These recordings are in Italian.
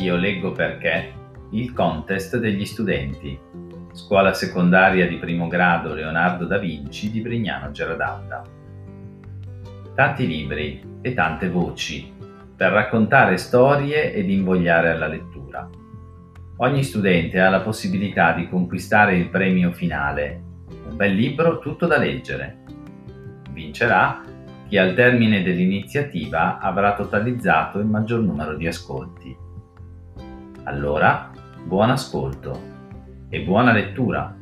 Io leggo perché il contest degli studenti. Scuola secondaria di primo grado Leonardo da Vinci di Brignano Gerarda. Tanti libri e tante voci per raccontare storie ed invogliare alla lettura. Ogni studente ha la possibilità di conquistare il premio finale, un bel libro tutto da leggere. Vincerà chi al termine dell'iniziativa avrà totalizzato il maggior numero di ascolti. Allora, buon ascolto e buona lettura!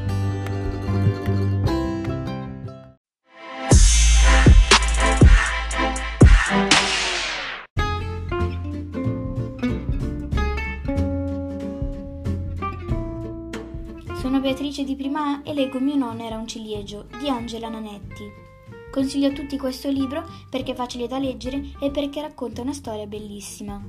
Sono Beatrice di Prima A e leggo Mio nonno era un ciliegio di Angela Nanetti. Consiglio a tutti questo libro perché è facile da leggere e perché racconta una storia bellissima.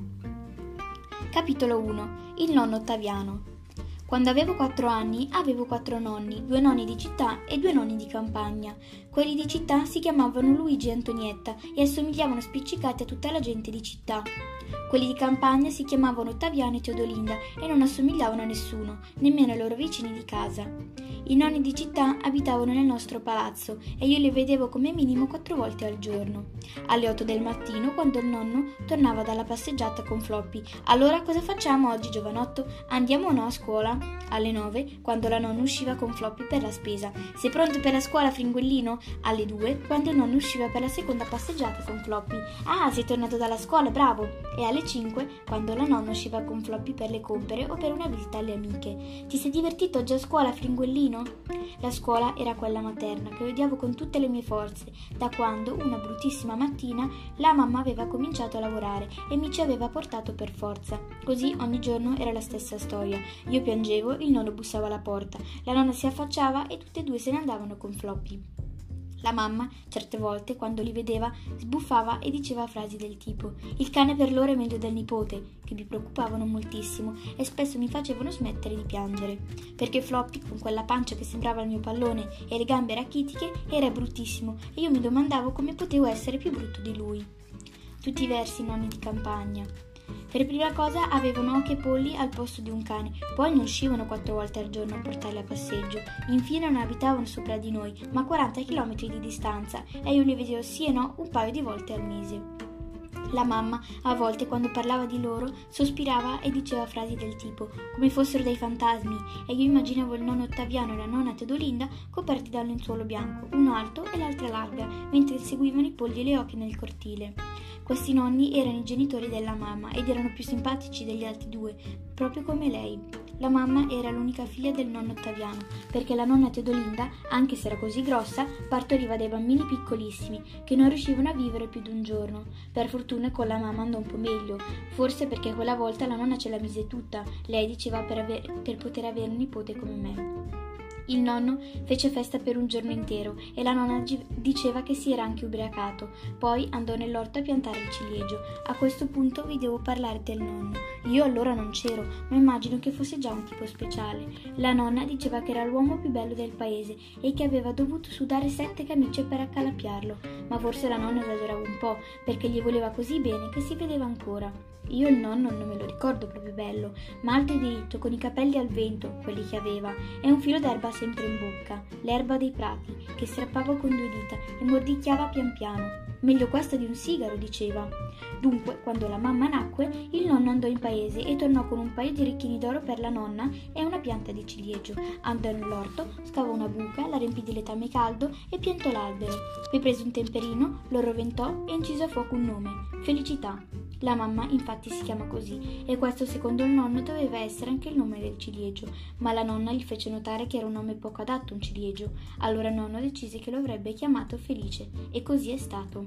Capitolo 1. Il nonno Ottaviano. Quando avevo 4 anni avevo 4 nonni, 2 nonni di città e 2 nonni di campagna. Quelli di città si chiamavano Luigi e Antonietta e assomigliavano spiccicati a tutta la gente di città. Quelli di campagna si chiamavano Ottaviano e Teodolinda e non assomigliavano a nessuno, nemmeno ai loro vicini di casa. I nonni di città abitavano nel nostro palazzo e io li vedevo come minimo 4 volte al giorno. Alle 8 del mattino, quando il nonno tornava dalla passeggiata con Floppy. Allora cosa facciamo oggi, giovanotto? Andiamo o no a scuola? Alle 9, quando la nonna usciva con Floppy per la spesa. Sei pronto per la scuola, fringuellino? Alle 2, quando il nonno usciva per la seconda passeggiata con Floppy. Ah, sei tornato dalla scuola, bravo! E alle 5, quando la nonna usciva con Floppy per le compere o per una visita alle amiche. Ti sei divertito oggi a scuola, fringuellino? La scuola era quella materna che odiavo con tutte le mie forze, da quando, una bruttissima mattina, la mamma aveva cominciato a lavorare e mi ci aveva portato per forza. Così ogni giorno era la stessa storia. Io piangevo, il nonno bussava alla porta, la nonna si affacciava e tutte e due se ne andavano con Floppy. La mamma, certe volte, quando li vedeva, sbuffava e diceva frasi del tipo «Il cane per loro è meglio del nipote», che mi preoccupavano moltissimo e spesso mi facevano smettere di piangere. Perché Floppy, con quella pancia che sembrava il mio pallone e le gambe rachitiche, era bruttissimo e io mi domandavo come potevo essere più brutto di lui. Tutti i versi nonni di campagna. Per prima cosa avevano occhi e polli al posto di un cane, poi non uscivano 4 volte al giorno a portarli a passeggio, infine non abitavano sopra di noi, ma a 40 chilometri di distanza, e io li vedevo sì e no un paio di volte al mese. La mamma, a volte, quando parlava di loro, sospirava e diceva frasi del tipo come fossero dei fantasmi, e io immaginavo il nonno Ottaviano e la nonna Teodolinda coperti da un lenzuolo bianco, uno alto e l'altra larga, mentre seguivano i polli e le oche nel cortile. Questi nonni erano i genitori della mamma ed erano più simpatici degli altri due, proprio come lei. La mamma era l'unica figlia del nonno Ottaviano, perché la nonna Teodolinda, anche se era così grossa, partoriva dei bambini piccolissimi che non riuscivano a vivere più di un giorno. Per fortuna con la mamma andò un po' meglio, forse perché quella volta la nonna ce la mise tutta, lei diceva per poter avere un nipote come me. Il nonno fece festa per un giorno intero e la nonna diceva che si era anche ubriacato. Poi andò nell'orto a piantare il ciliegio. A questo punto vi devo parlare del nonno. Io allora non c'ero, ma immagino che fosse già un tipo speciale. La nonna diceva che era l'uomo più bello del paese e che aveva dovuto sudare 7 camicie per accalappiarlo. Ma forse la nonna esagerava un po', perché gli voleva così bene che si vedeva ancora. Io il nonno non me lo ricordo proprio bello, ma alto e diritto, con i capelli al vento, quelli che aveva, e un filo d'erba sempre in bocca, l'erba dei prati, che strappava con 2 dita e mordicchiava pian piano. Meglio questa di un sigaro, diceva. Dunque, quando la mamma nacque, il nonno andò in paese e tornò con un paio di orecchini d'oro per la nonna e una pianta di ciliegio. Andò nell'orto, scavò una buca, la riempì di letame caldo e piantò l'albero. Poi prese un temperino, lo roventò e incise a fuoco un nome: Felicità. La mamma infatti si chiama così e questo secondo il nonno doveva essere anche il nome del ciliegio, ma la nonna gli fece notare che era un nome poco adatto a un ciliegio. Allora il nonno decise che lo avrebbe chiamato Felice e così è stato.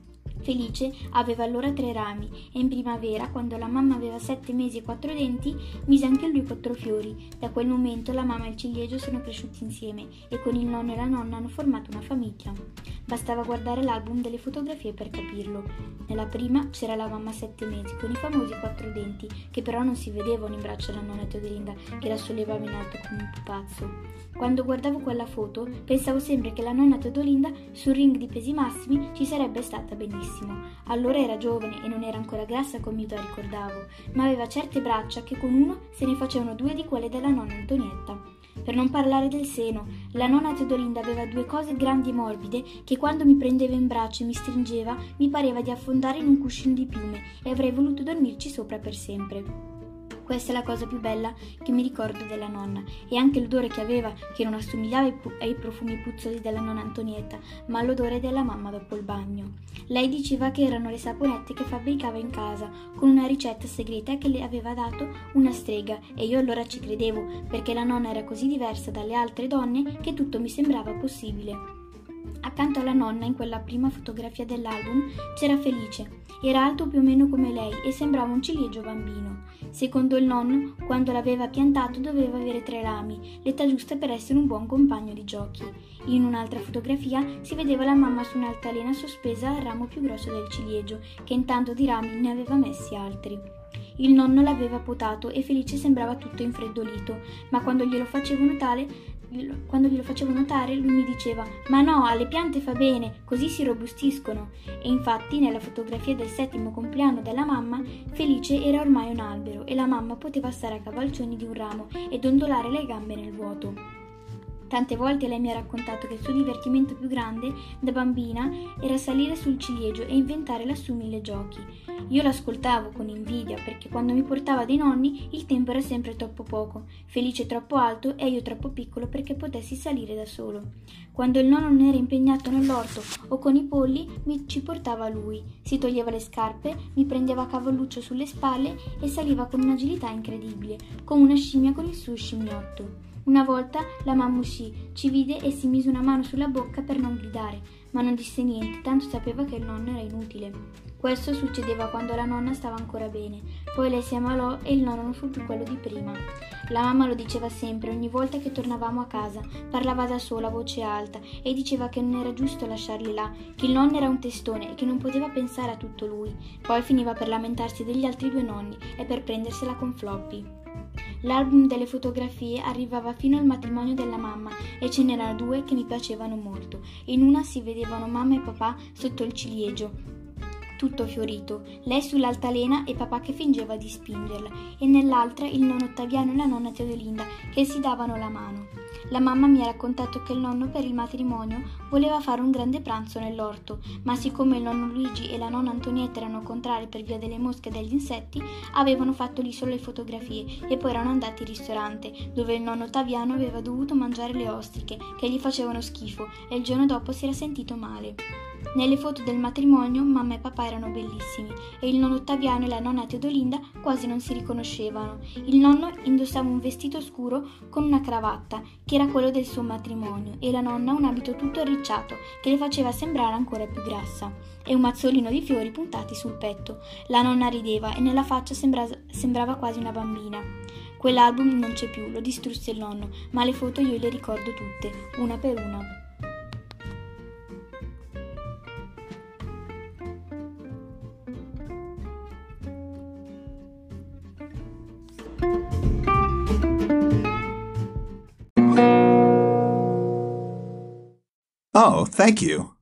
Felice aveva allora 3 rami e in primavera, quando la mamma aveva 7 mesi e 4 denti, mise anche lui 4 fiori. Da quel momento la mamma e il ciliegio sono cresciuti insieme e con il nonno e la nonna hanno formato una famiglia. Bastava guardare l'album delle fotografie per capirlo. Nella prima c'era la mamma a 7 mesi con i famosi 4 denti, che però non si vedevano in braccio alla nonna Teodolinda, che la sollevava in alto come un pupazzo. Quando guardavo quella foto pensavo sempre che la nonna Teodolinda sul ring di pesi massimi ci sarebbe stata benissimo. benissimo. Allora era giovane e non era ancora grassa come io la ricordavo, ma aveva certe braccia che con uno se ne facevano due di quelle della nonna Antonietta. Per non parlare del seno, la nonna Teodolinda aveva due cose grandi e morbide che quando mi prendeva in braccio e mi stringeva mi pareva di affondare in un cuscino di piume e avrei voluto dormirci sopra per sempre. Questa è la cosa più bella che mi ricordo della nonna, e anche l'odore che aveva, che non assomigliava ai profumi puzzosi della nonna Antonietta, ma all'odore della mamma dopo il bagno. Lei diceva che erano le saponette che fabbricava in casa, con una ricetta segreta che le aveva dato una strega, e io allora ci credevo, perché la nonna era così diversa dalle altre donne che tutto mi sembrava possibile. Accanto alla nonna, in quella prima fotografia dell'album, c'era Felice. Era alto più o meno come lei e sembrava un ciliegio bambino. Secondo il nonno, quando l'aveva piantato doveva avere 3 rami, l'età giusta per essere un buon compagno di giochi. In un'altra fotografia si vedeva la mamma su un'altalena sospesa al ramo più grosso del ciliegio, che intanto di rami ne aveva messi altri. Il nonno l'aveva potato e Felice sembrava tutto infreddolito, ma quando glielo facevo notare lui mi diceva: «Ma no, alle piante fa bene, così si robustiscono». E infatti nella fotografia del 7° compleanno della mamma, Felice era ormai un albero e la mamma poteva stare a cavalcioni di un ramo e dondolare le gambe nel vuoto. Tante volte lei mi ha raccontato che il suo divertimento più grande da bambina era salire sul ciliegio e inventare lassù 1000 giochi. Io l'ascoltavo con invidia perché quando mi portava dei nonni il tempo era sempre troppo poco, Felice troppo alto e io troppo piccolo perché potessi salire da solo. Quando il nonno non era impegnato nell'orto o con i polli ci portava lui, si toglieva le scarpe, mi prendeva a cavalluccio sulle spalle e saliva con un'agilità incredibile, come una scimmia con il suo scimmiotto. Una volta la mamma uscì, ci vide e si mise una mano sulla bocca per non gridare, ma non disse niente, tanto sapeva che il nonno era inutile. Questo succedeva quando la nonna stava ancora bene, poi lei si ammalò e il nonno non fu più quello di prima. La mamma lo diceva sempre, ogni volta che tornavamo a casa, parlava da sola a voce alta e diceva che non era giusto lasciarli là, che il nonno era un testone e che non poteva pensare a tutto lui. Poi finiva per lamentarsi degli altri 2 nonni e per prendersela con Floppy. L'album delle fotografie arrivava fino al matrimonio della mamma e ce n'erano 2 che mi piacevano molto. In una si vedevano mamma e papà sotto il ciliegio, tutto fiorito, lei sull'altalena e papà che fingeva di spingerla, e nell'altra il nonno Ottaviano e la nonna Teodolinda che si davano la mano. La mamma mi ha raccontato che il nonno per il matrimonio voleva fare un grande pranzo nell'orto, ma siccome il nonno Luigi e la nonna Antonietta erano contrari per via delle mosche e degli insetti, avevano fatto lì solo le fotografie e poi erano andati al ristorante, dove il nonno Ottaviano aveva dovuto mangiare le ostriche, che gli facevano schifo, e il giorno dopo si era sentito male. Nelle foto del matrimonio mamma e papà erano bellissimi e il nonno Ottaviano e la nonna Teodolinda quasi non si riconoscevano. Il nonno indossava un vestito scuro con una cravatta, che era quello del suo matrimonio, e la nonna un abito tutto arricciato che le faceva sembrare ancora più grassa, e un mazzolino di fiori puntati sul petto. La nonna rideva e nella faccia sembrava quasi una bambina. Quell'album non c'è più, lo distrusse il nonno, ma le foto io le ricordo tutte, una per una. Oh, thank you.